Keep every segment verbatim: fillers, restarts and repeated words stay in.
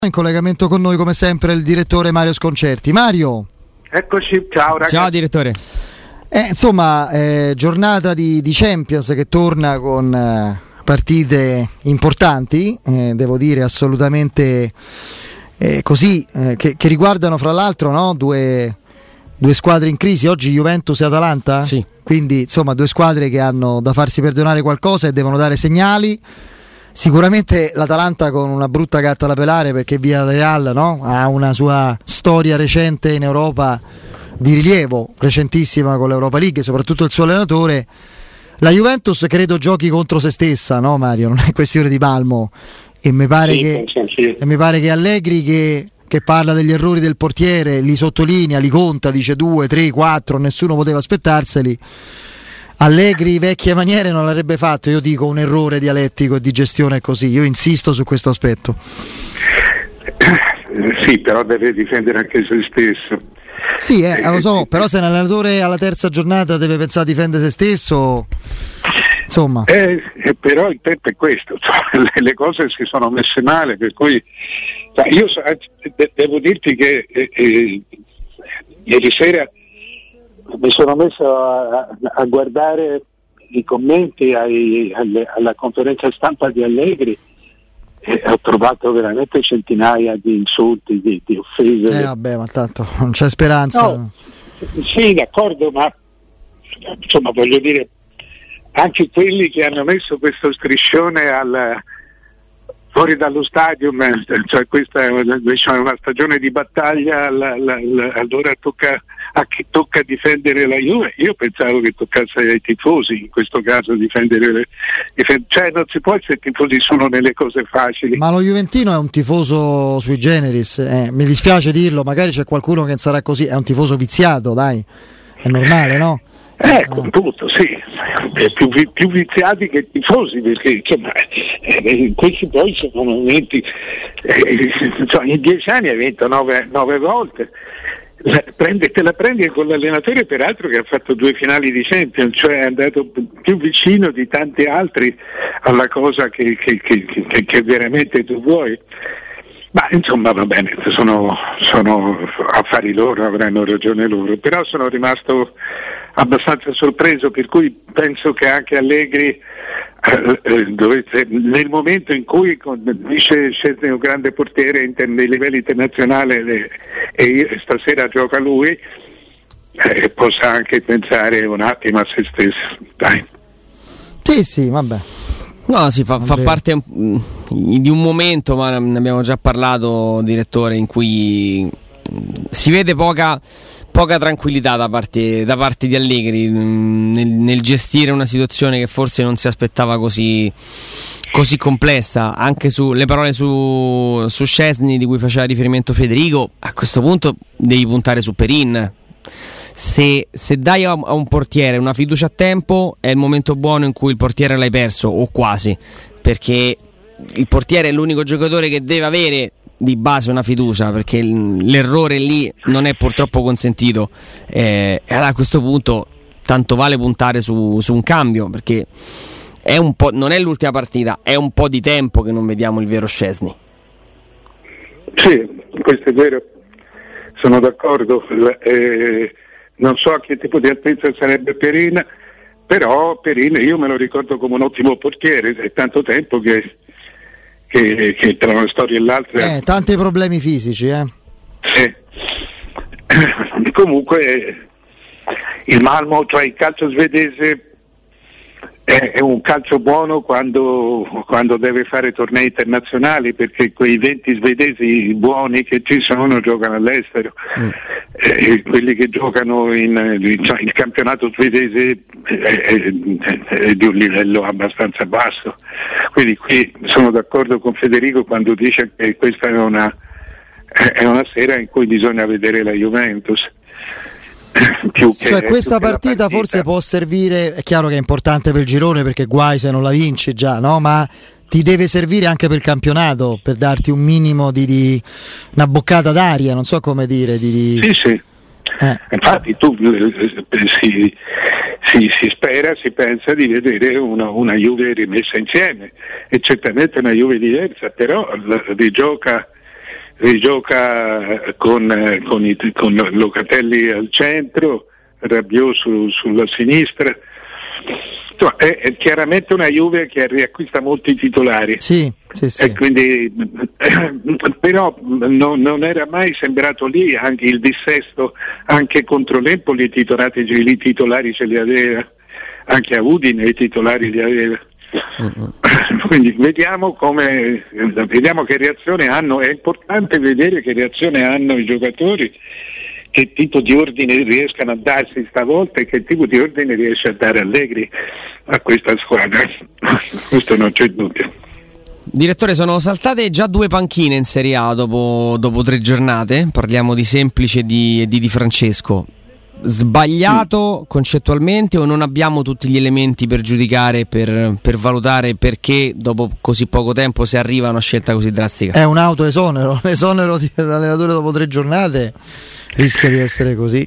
In collegamento con noi come sempre il direttore Mario Sconcerti. Mario. Eccoci, ciao ragazzi. Ciao direttore. Eh, insomma, eh, giornata di, di Champions che torna con eh, partite importanti, eh, devo dire assolutamente eh, così, eh, che, che riguardano fra l'altro no, due, due squadre in crisi, oggi Juventus e Atalanta? Sì. Quindi insomma due squadre che hanno da farsi perdonare qualcosa e devono dare segnali. Sicuramente l'Atalanta con una brutta gatta da pelare perché Villarreal no? ha una sua storia recente in Europa di rilievo, recentissima con l'Europa League e soprattutto il suo allenatore. La Juventus credo giochi contro se stessa, no Mario? Non è questione di Malmo e mi pare, sì, che, sì. e mi pare che Allegri che, che parla degli errori del portiere, li sottolinea, li conta, dice due, tre, quattro, nessuno poteva aspettarseli. Allegri vecchie maniere non l'avrebbe fatto, io dico un errore dialettico e di gestione così, io insisto su questo aspetto. Sì, però deve difendere anche se stesso. Sì, eh, lo so, però se un allenatore alla terza giornata deve pensare a difendere se stesso, insomma. Eh, però il tempo è questo, cioè, le, le cose si sono messe male, per cui cioè, io de- devo dirti che eh, eh, ieri sera mi sono messo a, a guardare i commenti ai, alle, alla conferenza stampa di Allegri e ho trovato veramente centinaia di insulti, di, di offese. Eh vabbè, ma tanto non c'è speranza. No, sì, d'accordo, ma insomma voglio dire, anche quelli che hanno messo questo striscione al, fuori dallo stadium, cioè questa è una, diciamo, una stagione di battaglia, la, la, la, allora tocca a chi tocca difendere la Juve. Io pensavo che toccasse ai tifosi in questo caso difendere le, difend- cioè non si può essere tifosi solo nelle cose facili. Ma lo Juventino è un tifoso sui generis, eh, mi dispiace dirlo, magari c'è qualcuno che sarà così, è un tifoso viziato, dai, è normale, no? Ecco, appunto, sì, più, più viziati che tifosi, perché insomma eh, questi poi sono momenti, eh, insomma, in dieci anni hai vinto nove, nove volte. La, prende, te la prendi con l'allenatore peraltro che ha fatto due finali di Champions, cioè è andato più vicino di tanti altri alla cosa che, che, che, che, che veramente tu vuoi. Ma insomma va bene, sono, sono affari loro, avranno ragione loro, però sono rimasto abbastanza sorpreso, per cui penso che anche Allegri eh, eh, dovesse, nel momento in cui dice Szczesny è un grande portiere inter- nei livelli internazionali e, e io, stasera gioca lui, eh, possa anche pensare un attimo a se stesso. Dai. Sì, sì, vabbè. No, sì, fa, fa parte mh, di un momento, ma ne abbiamo già parlato, direttore, in cui mh, si vede poca, poca tranquillità da parte, da parte di Allegri mh, nel, nel gestire una situazione che forse non si aspettava così, così complessa. Anche su le parole su, su Szczesny di cui faceva riferimento Federico, a questo punto devi puntare su Perin. Se, se dai a, a un portiere una fiducia a tempo è il momento buono in cui il portiere l'hai perso, o quasi, perché il portiere è l'unico giocatore che deve avere di base una fiducia, perché l'errore lì non è purtroppo consentito, eh, e allora a questo punto tanto vale puntare su, su un cambio, perché è un po', non è l'ultima partita, è un po' di tempo che non vediamo il vero Szczesny. Sì, questo è vero, sono d'accordo. Eh, non so a che tipo di altezza sarebbe Perin, però Perin io me lo ricordo come un ottimo portiere, è tanto tempo che, che, che tra una storia e l'altra... Eh, tanti problemi fisici, eh. Sì. Comunque il Malmo, cioè il calcio svedese è, è un calcio buono quando, quando deve fare tornei internazionali, perché quei venti svedesi buoni che ci sono giocano all'estero. Mm. Eh, quelli che giocano in, in cioè, il campionato svedese è, è, è di un livello abbastanza basso, quindi qui sono d'accordo con Federico quando dice che questa è una, è una sera in cui bisogna vedere la Juventus. Più che, cioè questa più partita, partita forse può servire, è chiaro che è importante per il girone perché guai se non la vinci già, no? Ma ti deve servire anche per il campionato, per darti un minimo di, di una boccata d'aria, non so come dire. Di, di... Sì, sì. Eh. Infatti tu eh, si, si, si spera, si pensa di vedere una, una Juve rimessa insieme, e certamente una Juve diversa, però la, rigioca rigioca con, con, i, con Locatelli al centro, Rabiot su, sulla sinistra. Insomma, è, è chiaramente una Juve che riacquista molti titolari. Sì, sì, sì. E quindi, però non, non era mai sembrato lì anche il dissesto, anche contro l'Empoli i titolari, i titolari ce li aveva, anche a Udine i titolari li aveva. Uh-huh. Quindi vediamo come vediamo che reazione hanno. È importante vedere che reazione hanno i giocatori, che tipo di ordine riescano a darsi stavolta e che tipo di ordine riesce a dare Allegri a questa squadra. Questo non c'è dubbio. Direttore, sono saltate già due panchine in Serie A dopo, dopo tre giornate. Parliamo di Semplice e di, di Di Francesco. Sbagliato mm. concettualmente, o non abbiamo tutti gli elementi per giudicare, per, per valutare perché dopo così poco tempo si arriva a una scelta così drastica? È un autoesonero, l'esonero di allenatore dopo tre giornate rischia di essere così.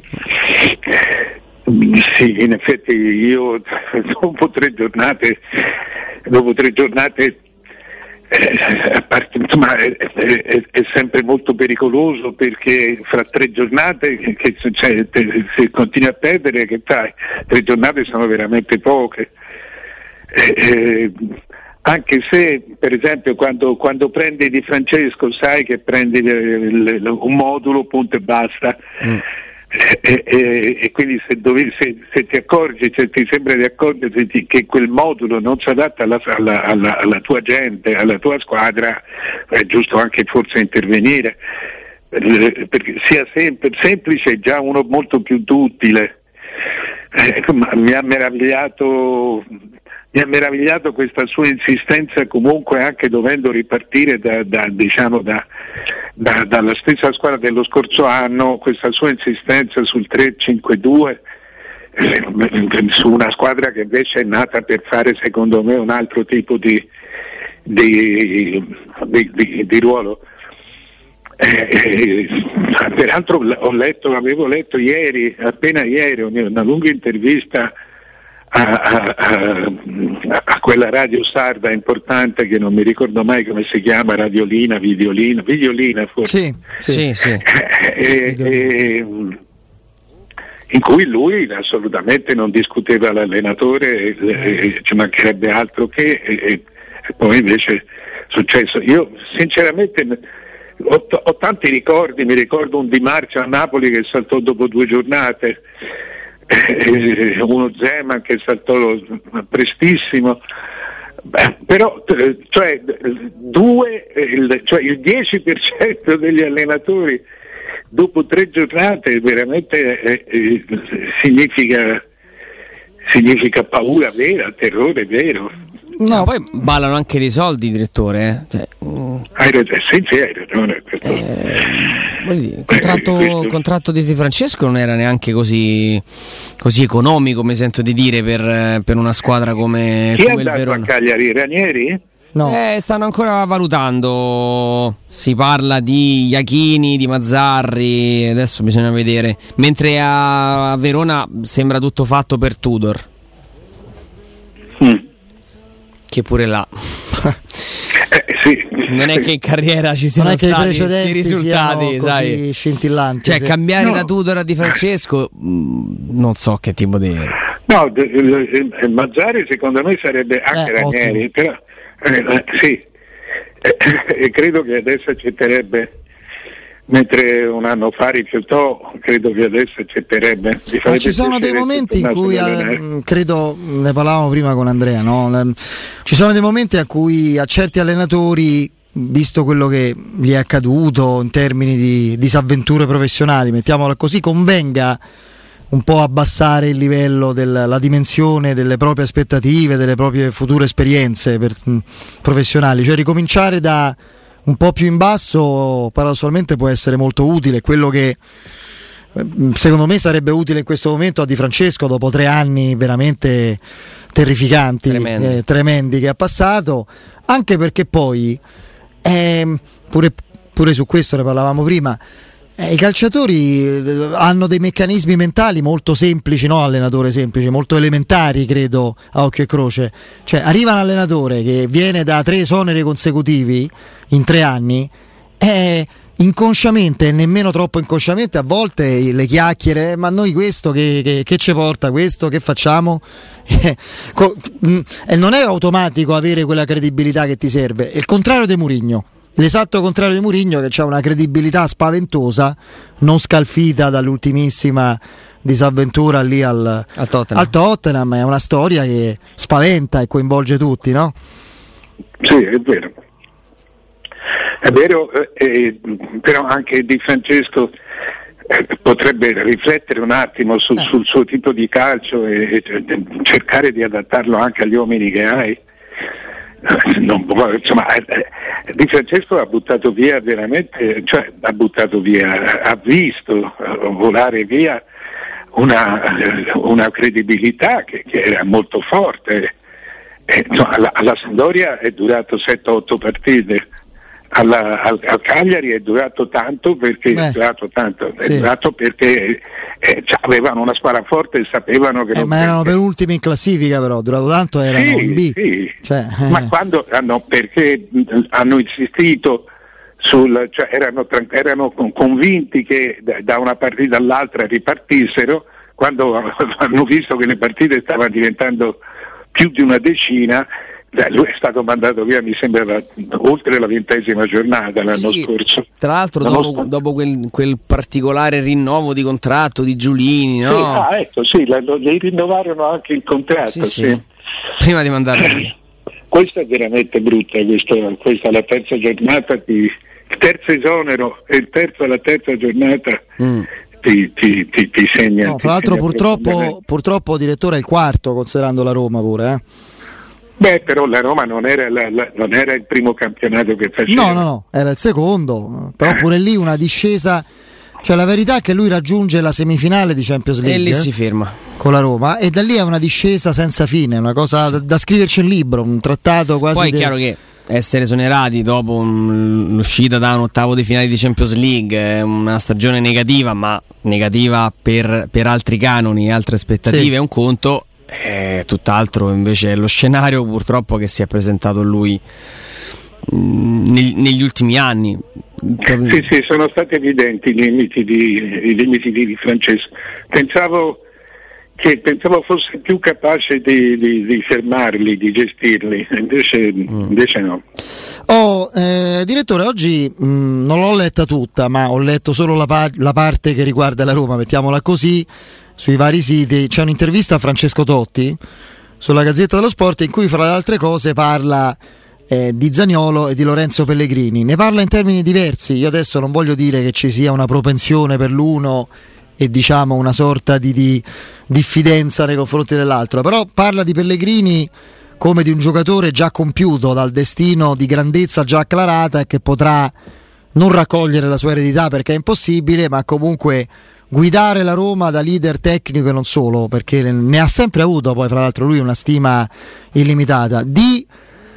Sì, in effetti io dopo tre giornate dopo tre giornate Eh, a parte, insomma, è, è, è sempre molto pericoloso, perché fra tre giornate che, che, cioè, te, se continui a perdere, che fai? Tre giornate sono veramente poche, eh, eh, anche se per esempio quando, quando prendi Di Francesco sai che prendi il, il, un modulo punto e basta. mm. E, e, e quindi se, dovevi, se, se ti accorgi, se ti sembra di accorgerti che quel modulo non si adatta alla, alla, alla, alla tua gente, alla tua squadra, è giusto anche forse intervenire, perché sia sempre, semplice è già uno molto più utile. Eh, mi ha meravigliato mi ha meravigliato questa sua insistenza, comunque anche dovendo ripartire da, da diciamo da Da, dalla stessa squadra dello scorso anno, questa sua insistenza sul tre cinque due, eh, su una squadra che invece è nata per fare, secondo me, un altro tipo di, di, di, di, di ruolo. Eh, eh, peraltro ho letto, avevo letto ieri, appena ieri, una lunga intervista A, a, a, a quella radio sarda importante che non mi ricordo mai come si chiama, Radiolina, Videolina, Videolina forse. Sì, sì, sì. E, e, in cui lui assolutamente non discuteva l'allenatore, e, e ci mancherebbe altro che, e, e poi invece è successo. Io sinceramente ho, ho tanti ricordi, mi ricordo un Di Marzio a Napoli che saltò dopo due giornate, uno Zeman che saltò prestissimo. Beh, però cioè, due, il, cioè il dieci per cento degli allenatori dopo tre giornate veramente eh, eh, significa significa paura vera, terrore vero. No, poi ballano anche dei soldi, direttore. Eh? Cioè, uh, hai ragione, sì, sì, hai ragione. Eh, dire, il contratto, eh, contratto di Di Francesco non era neanche così, così economico, mi sento di dire, per, per una squadra come, Chi come è il Verona. A Cagliari, Ranieri? No. Eh, stanno ancora valutando. Si parla di Iachini, di Mazzarri, adesso bisogna vedere. Mentre a Verona sembra tutto fatto per Tudor. Mm. Che pure là eh, sì. non è che in carriera ci siano stati questi risultati, sai, scintillanti. Cioè, sì. cambiare no. da Tudor a Di Francesco, mh, non so che tipo di. No, il Mazzarri secondo me sarebbe anche eh, Ranieri, però eh, sì, e eh, credo che adesso accetterebbe, mentre un anno fa rifiutò, credo che adesso accetterebbe. Ma ci sono dei momenti in cui eh, credo, ne parlavamo prima con Andrea, no? Ci sono dei momenti a cui a certi allenatori, visto quello che gli è accaduto in termini di disavventure professionali, mettiamola così, convenga un po' abbassare il livello, del, la dimensione delle proprie aspettative, delle proprie future esperienze per, mh, professionali, cioè ricominciare da un po' più in basso paradossalmente può essere molto utile. Quello che secondo me sarebbe utile in questo momento a Di Francesco, dopo tre anni veramente terrificanti, tremendi, eh, tremendi che ha passato, anche perché poi eh, pure, pure su questo ne parlavamo prima, eh, i calciatori hanno dei meccanismi mentali molto semplici, no? Allenatore semplice, molto elementari, credo, a occhio e croce. Cioè arriva un allenatore che viene da tre esoneri consecutivi in tre anni, è inconsciamente e nemmeno troppo inconsciamente a volte le chiacchiere, ma noi questo che, che, che ci porta, questo che facciamo e non è automatico avere quella credibilità che ti serve. È il contrario di Mourinho, l'esatto contrario di Mourinho, che ha una credibilità spaventosa, non scalfita dall'ultimissima disavventura lì al, al, Tottenham. al Tottenham. È una storia che spaventa e coinvolge tutti, no? Sì, è vero. È vero, eh, però anche Di Francesco eh, potrebbe riflettere un attimo su, eh. sul suo tipo di calcio e, e cercare di adattarlo anche agli uomini che hai. Non, insomma, eh, Di Francesco ha buttato via veramente, cioè ha buttato via, ha visto volare via una, una credibilità che, che era molto forte. Eh, no, alla, alla Sampdoria è durato sette otto partite. Alla, al, al Cagliari è durato tanto perché Beh, è durato tanto è sì. durato perché eh, avevano una squadra forte e sapevano che eh, ma erano per ultimi in classifica, però durato tanto, erano sì, in B, sì. Cioè, eh. ma quando hanno perché hanno insistito sul, cioè erano, erano convinti che da una partita all'altra ripartissero, quando hanno visto che le partite stavano diventando più di una decina. Beh, lui è stato mandato via, mi sembra, la, oltre la ventesima giornata l'anno sì, scorso. Tra l'altro dopo, dopo quel, quel particolare rinnovo di contratto di Giulini, no? Sì, ah, ecco, sì, gli rinnovarono anche il contratto. Sì, sì. Sì. Prima di mandarlo via. Questa è veramente brutta, questa, questa è la terza giornata, di, il terzo esonero e il terzo la terza giornata mm. ti, ti, ti, ti segna. No, fra l'altro purtroppo, purtroppo direttore è il quarto, considerando la Roma pure, eh? Beh, però la Roma non era, la, la, non era il primo campionato che faceva. No, no, no, era il secondo, però pure lì una discesa, cioè la verità è che lui raggiunge la semifinale di Champions League e lì eh, si ferma con la Roma e da lì è una discesa senza fine, una cosa da, da scriverci in libro, un trattato quasi. Poi è de... chiaro che essere esonerati dopo un, l'uscita da un ottavo di finale di Champions League è una stagione negativa, ma negativa per, per altri canoni, altre aspettative, sì. È un conto. Eh, tutt'altro invece è lo scenario purtroppo che si è presentato lui mh, neg- negli ultimi anni. Sì, sì, sono stati evidenti i limiti di, i limiti di, di Francesco. Pensavo che pensavo fosse più capace di, di, di fermarli, di gestirli, invece, mm. invece no. Oh, eh, direttore, oggi mh, non l'ho letta tutta, ma ho letto solo la, pa- la parte che riguarda la Roma, mettiamola così. Sui vari siti c'è un'intervista a Francesco Totti sulla Gazzetta dello Sport in cui fra le altre cose parla eh, di Zaniolo e di Lorenzo Pellegrini. Ne parla in termini diversi. Io adesso non voglio dire che ci sia una propensione per l'uno e diciamo una sorta di, di diffidenza nei confronti dell'altro, però parla di Pellegrini come di un giocatore già compiuto, dal destino di grandezza già acclarata e che potrà non raccogliere la sua eredità perché è impossibile, ma comunque guidare la Roma da leader tecnico e non solo, perché ne ha sempre avuto poi fra l'altro lui una stima illimitata. Di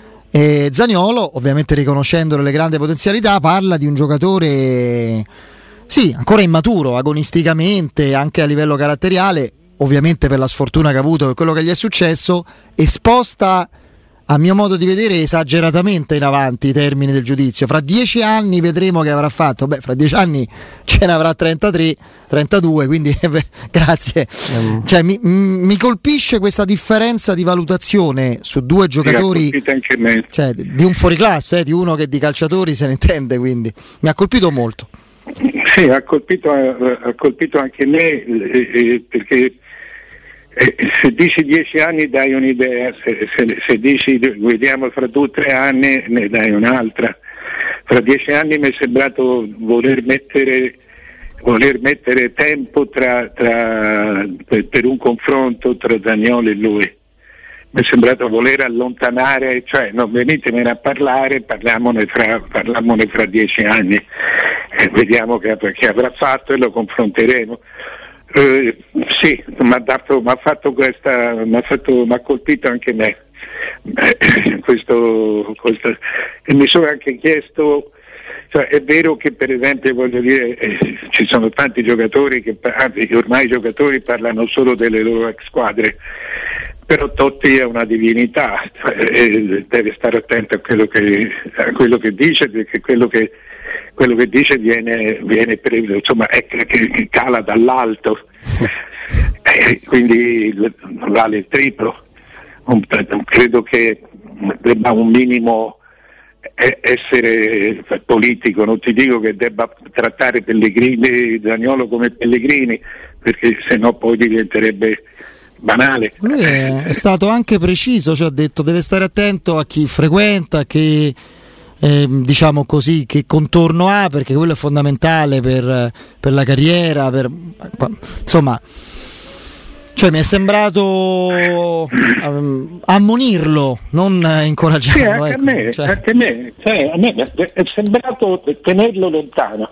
eh, Zaniolo, ovviamente riconoscendole le grandi potenzialità, parla di un giocatore sì, ancora immaturo agonisticamente, anche a livello caratteriale, ovviamente per la sfortuna che ha avuto, per quello che gli è successo, esposta a mio modo di vedere esageratamente in avanti i termini del giudizio. Fra dieci anni vedremo che avrà fatto. Beh, fra dieci anni ce ne avrà trentatré, trentadue, quindi beh, grazie. Mm. Cioè, mi, mi colpisce questa differenza di valutazione su due giocatori, anche me. Cioè, di un fuoriclasse, eh, di uno che di calciatori se ne intende, quindi mi ha colpito molto. Sì, ha colpito, ha colpito anche me eh, eh, perché Eh, se dici dieci anni dai un'idea, se, se, se dici vediamo fra due o tre anni ne dai un'altra. Fra dieci anni mi è sembrato voler mettere, voler mettere tempo tra, tra, per, per un confronto tra Zaniolo e lui. Mi è sembrato voler allontanare, cioè non venitemi a parlare, parliamone fra, parliamone fra dieci anni, eh, vediamo che, che avrà fatto e lo confronteremo. Eh, sì, mi ha dato, mi ha fatto questa, mi ha fatto, mi ha colpito anche me. Eh, questo, questo, e mi sono anche chiesto, cioè è vero che per esempio voglio dire eh, ci sono tanti giocatori che anzi, ormai i giocatori parlano solo delle loro ex squadre, però Totti è una divinità e deve stare attento a quello che, a quello che dice, perché quello che quello che dice viene, viene preso, insomma è che, che cala dall'alto, eh, quindi vale il triplo. Un, credo che debba un minimo essere politico, non ti dico che debba trattare Pellegrini, Zaniolo come Pellegrini, perché sennò poi diventerebbe banale. Lui è, è stato anche preciso, cioè ha detto deve stare attento a chi frequenta, che eh, diciamo così, che contorno ha, perché quello è fondamentale per, per la carriera, per, insomma, cioè mi è sembrato um, ammonirlo, non incoraggiarlo. Sì, anche ecco. a me, cioè. anche a me, cioè, a me è sembrato tenerlo lontano.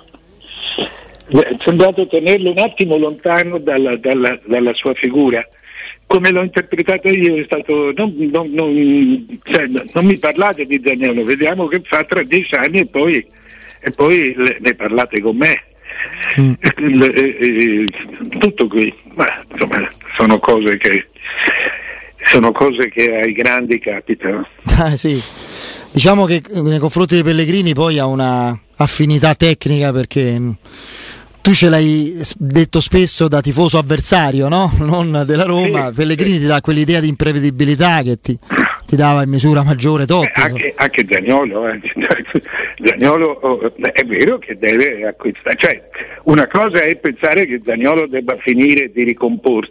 È sembrato tenerlo un attimo lontano dalla, dalla, dalla sua figura. Come l'ho interpretato io è stato non, non, non, cioè, non mi parlate di Zaniolo, vediamo che fa tra dieci anni e poi, e poi ne parlate con me. Mm. E, e, e, tutto qui, ma insomma sono cose che sono cose che ai grandi capitano. Ah, sì. Diciamo che nei confronti dei Pellegrini poi ha una affinità tecnica, perché tu ce l'hai detto spesso da tifoso avversario, no? Non della Roma. Sì, Pellegrini sì. Ti dà quell'idea di imprevedibilità che ti, ti dava in misura maggiore Totti. Eh, anche, anche Zaniolo, eh. Zaniolo oh, è vero che deve acquistare, cioè una cosa è pensare che Zaniolo debba finire di ricomporsi,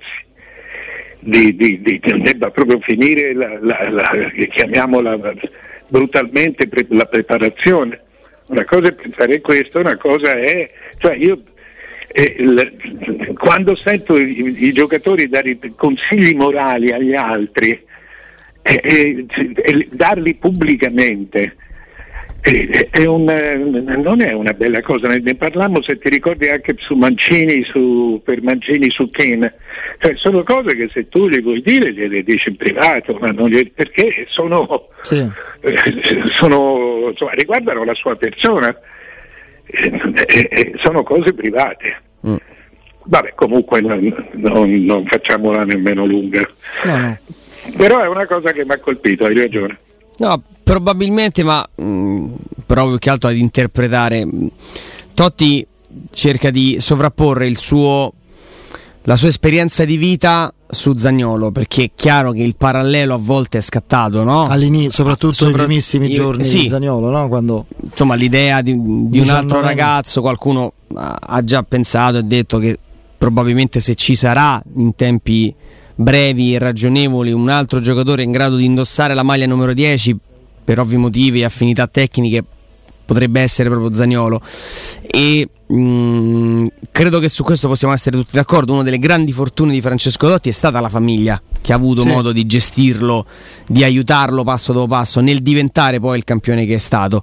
di, di, di, debba proprio finire la, la, la, chiamiamola brutalmente pre, la preparazione. Una cosa è pensare questo, una cosa è, cioè io eh, il, quando sento i, i giocatori dare consigli morali agli altri e eh, eh, darli pubblicamente eh, è un, non è una bella cosa. Ne, ne parlammo, se ti ricordi, anche su Mancini, su, per Mancini su Kane, cioè sono cose che se tu le vuoi dire gliele dici in privato, ma non gli, perché sono, sì. eh, sono insomma, riguardano la sua persona, eh, eh, sono cose private. Mm. Vabbè, comunque non, non, non facciamola nemmeno lunga. No, no. Però è una cosa che mi ha colpito, hai ragione. No, probabilmente, ma mh, però più che altro ad interpretare. Totti cerca di sovrapporre il suo la sua esperienza di vita su Zaniolo, perché è chiaro che il parallelo a volte è scattato, no? All'inizio, soprattutto Sopra- nei primissimi giorni sì. di Zaniolo, no? Quando insomma l'idea di, di un altro ragazzo, qualcuno ha già pensato e detto che probabilmente se ci sarà in tempi brevi e ragionevoli un altro giocatore in grado di indossare la maglia numero dieci, per ovvi motivi e affinità tecniche, potrebbe essere proprio Zaniolo. E mh, credo che su questo possiamo essere tutti d'accordo. Una delle grandi fortune di Francesco Totti è stata la famiglia, che ha avuto sì. modo di gestirlo, di aiutarlo passo dopo passo nel diventare poi il campione che è stato.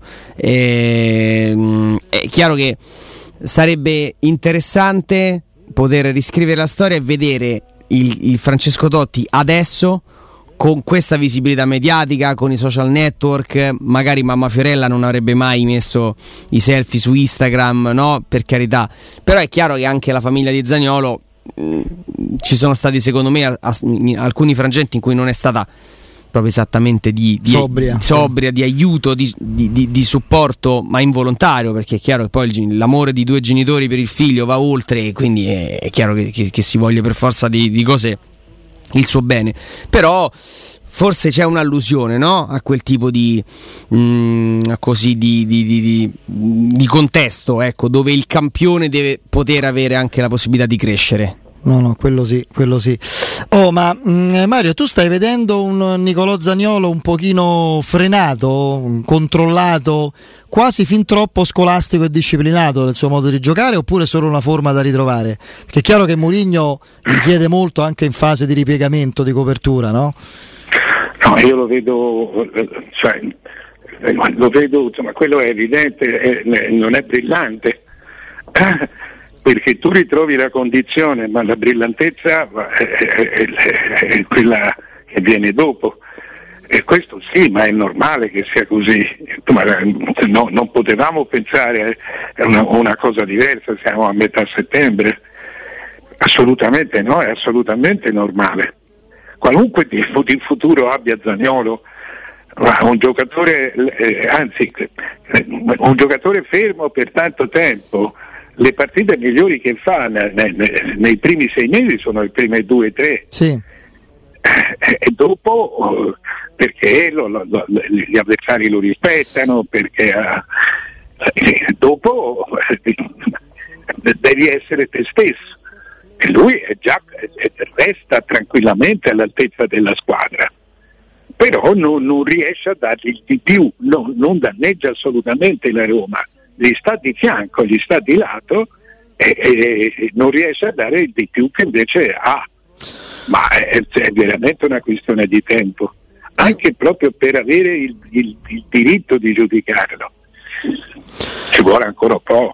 E, mh, è chiaro che sarebbe interessante poter riscrivere la storia e vedere il, il Francesco Totti adesso, con questa visibilità mediatica, con i social network. Magari mamma Fiorella non avrebbe mai messo i selfie su Instagram, no? Per carità. Però è chiaro che anche la famiglia di Zaniolo mh, ci sono stati, secondo me, a, a, alcuni frangenti in cui non è stata proprio esattamente di, di sobria, di, sobria, di aiuto, di, di, di, di supporto, ma involontario, perché è chiaro che poi il, l'amore di due genitori per il figlio va oltre, e quindi è, è chiaro che, che, che si voglia per forza di, di cose il suo bene. Però forse c'è un'allusione, no? A quel tipo di mh, così di, di, di, di, di contesto, ecco, dove il campione deve poter avere anche la possibilità di crescere. No, no, quello sì, quello sì. Oh, ma mh, Mario, tu stai vedendo un Nicolò Zaniolo un pochino frenato, controllato, quasi fin troppo scolastico e disciplinato nel suo modo di giocare, oppure solo una forma da ritrovare? Perché è chiaro che Mourinho gli chiede molto anche in fase di ripiegamento, di copertura, no? No, io lo vedo, cioè, lo vedo, insomma, quello è evidente, è, non è brillante. Perché tu ritrovi la condizione, ma la brillantezza è, è, è, è quella che viene dopo. E questo sì, ma è normale che sia così. Ma no, non potevamo pensare a una, una cosa diversa, siamo a metà settembre. Assolutamente no, è assolutamente normale. Qualunque tipo di futuro abbia Zaniolo, un giocatore, eh, anzi un giocatore fermo per tanto tempo, le partite migliori che fa ne, ne, nei primi sei mesi sono le prime due o tre, sì. eh, e dopo perché lo, lo, lo, gli avversari lo rispettano, perché eh, dopo eh, devi essere te stesso, e lui è già resta tranquillamente all'altezza della squadra, però non, non riesce a dargli di più, no, non danneggia assolutamente la Roma, gli sta di fianco, gli sta di lato e, e non riesce a dare il di più che invece ha, ma è, è veramente una questione di tempo, anche proprio per avere il, il, il diritto di giudicarlo ci vuole ancora un po'.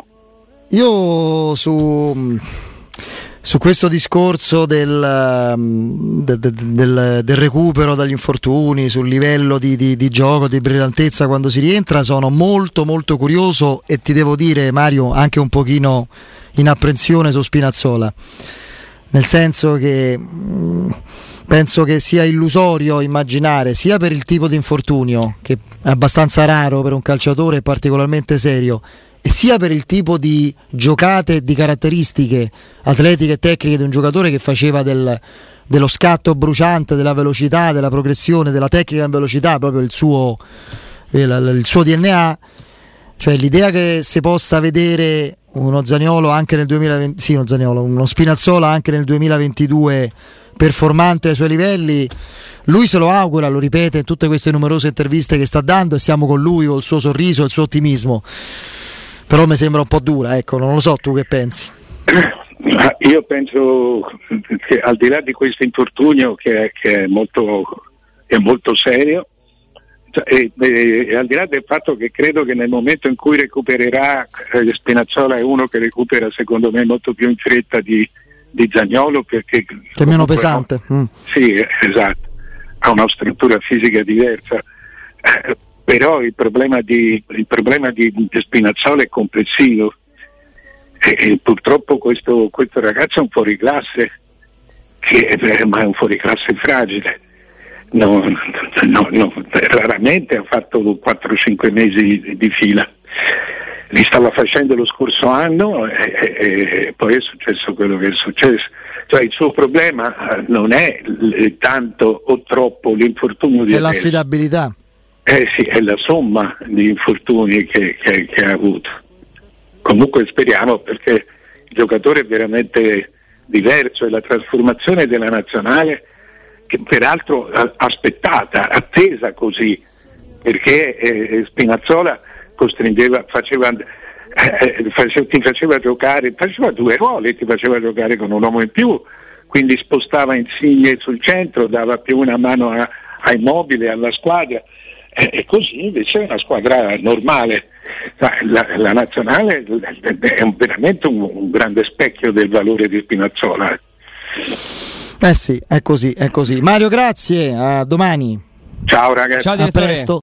Io su Su questo discorso del, del, del, del recupero dagli infortuni, sul livello di, di, di gioco, di brillantezza quando si rientra, sono molto molto curioso, e ti devo dire, Mario, anche un pochino in apprensione su Spinazzola, nel senso che mh, penso che sia illusorio immaginare, sia per il tipo di infortunio, che è abbastanza raro per un calciatore, particolarmente serio, e sia per il tipo di giocate e di caratteristiche atletiche e tecniche di un giocatore che faceva del, dello scatto bruciante, della velocità, della progressione, della tecnica in velocità proprio il suo, il, il suo D N A. Cioè l'idea che si possa vedere uno Zaniolo anche nel duemilaventi, sì, uno Zaniolo, uno Spinazzola anche nel duemilaventidue performante ai suoi livelli, lui se lo augura, lo ripete in tutte queste numerose interviste che sta dando, e siamo con lui, con il suo sorriso e il suo ottimismo. Però mi sembra un po' dura, ecco, non lo so, tu che pensi? Io penso che al di là di questo infortunio che è, che è, molto, è molto serio, e, e, e al di là del fatto che credo che nel momento in cui recupererà, eh, Spinazzola è uno che recupera secondo me molto più in fretta di, di Zaniolo, perché è meno pesante. No, mm. Sì, esatto, ha una struttura fisica diversa. Eh, però il problema di, il problema di, di Spinazzola è complessivo, e, e purtroppo questo, questo ragazzo è un fuoriclasse, che è, ma è un fuoriclasse fragile, no, no, no, raramente ha fatto quattro cinque mesi di, di fila, li stava facendo lo scorso anno e, e, e poi è successo quello che è successo. Cioè il suo problema non è tanto o troppo l'infortunio di è l'affidabilità. Eh sì, è la somma di infortuni che, che, che ha avuto. Comunque speriamo, perché il giocatore è veramente diverso, e la trasformazione della nazionale, che peraltro aspettata, attesa così, perché eh, Spinazzola costringeva, faceva, eh, faceva, ti faceva giocare, faceva due ruoli, ti faceva giocare con un uomo in più, quindi spostava Insigne sul centro, dava più una mano a, a Immobile, alla squadra. E così invece è una squadra normale. La, la nazionale è veramente un, un grande specchio del valore di Spinazzola. Eh sì, è così, è così. Mario, grazie, a domani. Ciao ragazzi. Ciao, a presto.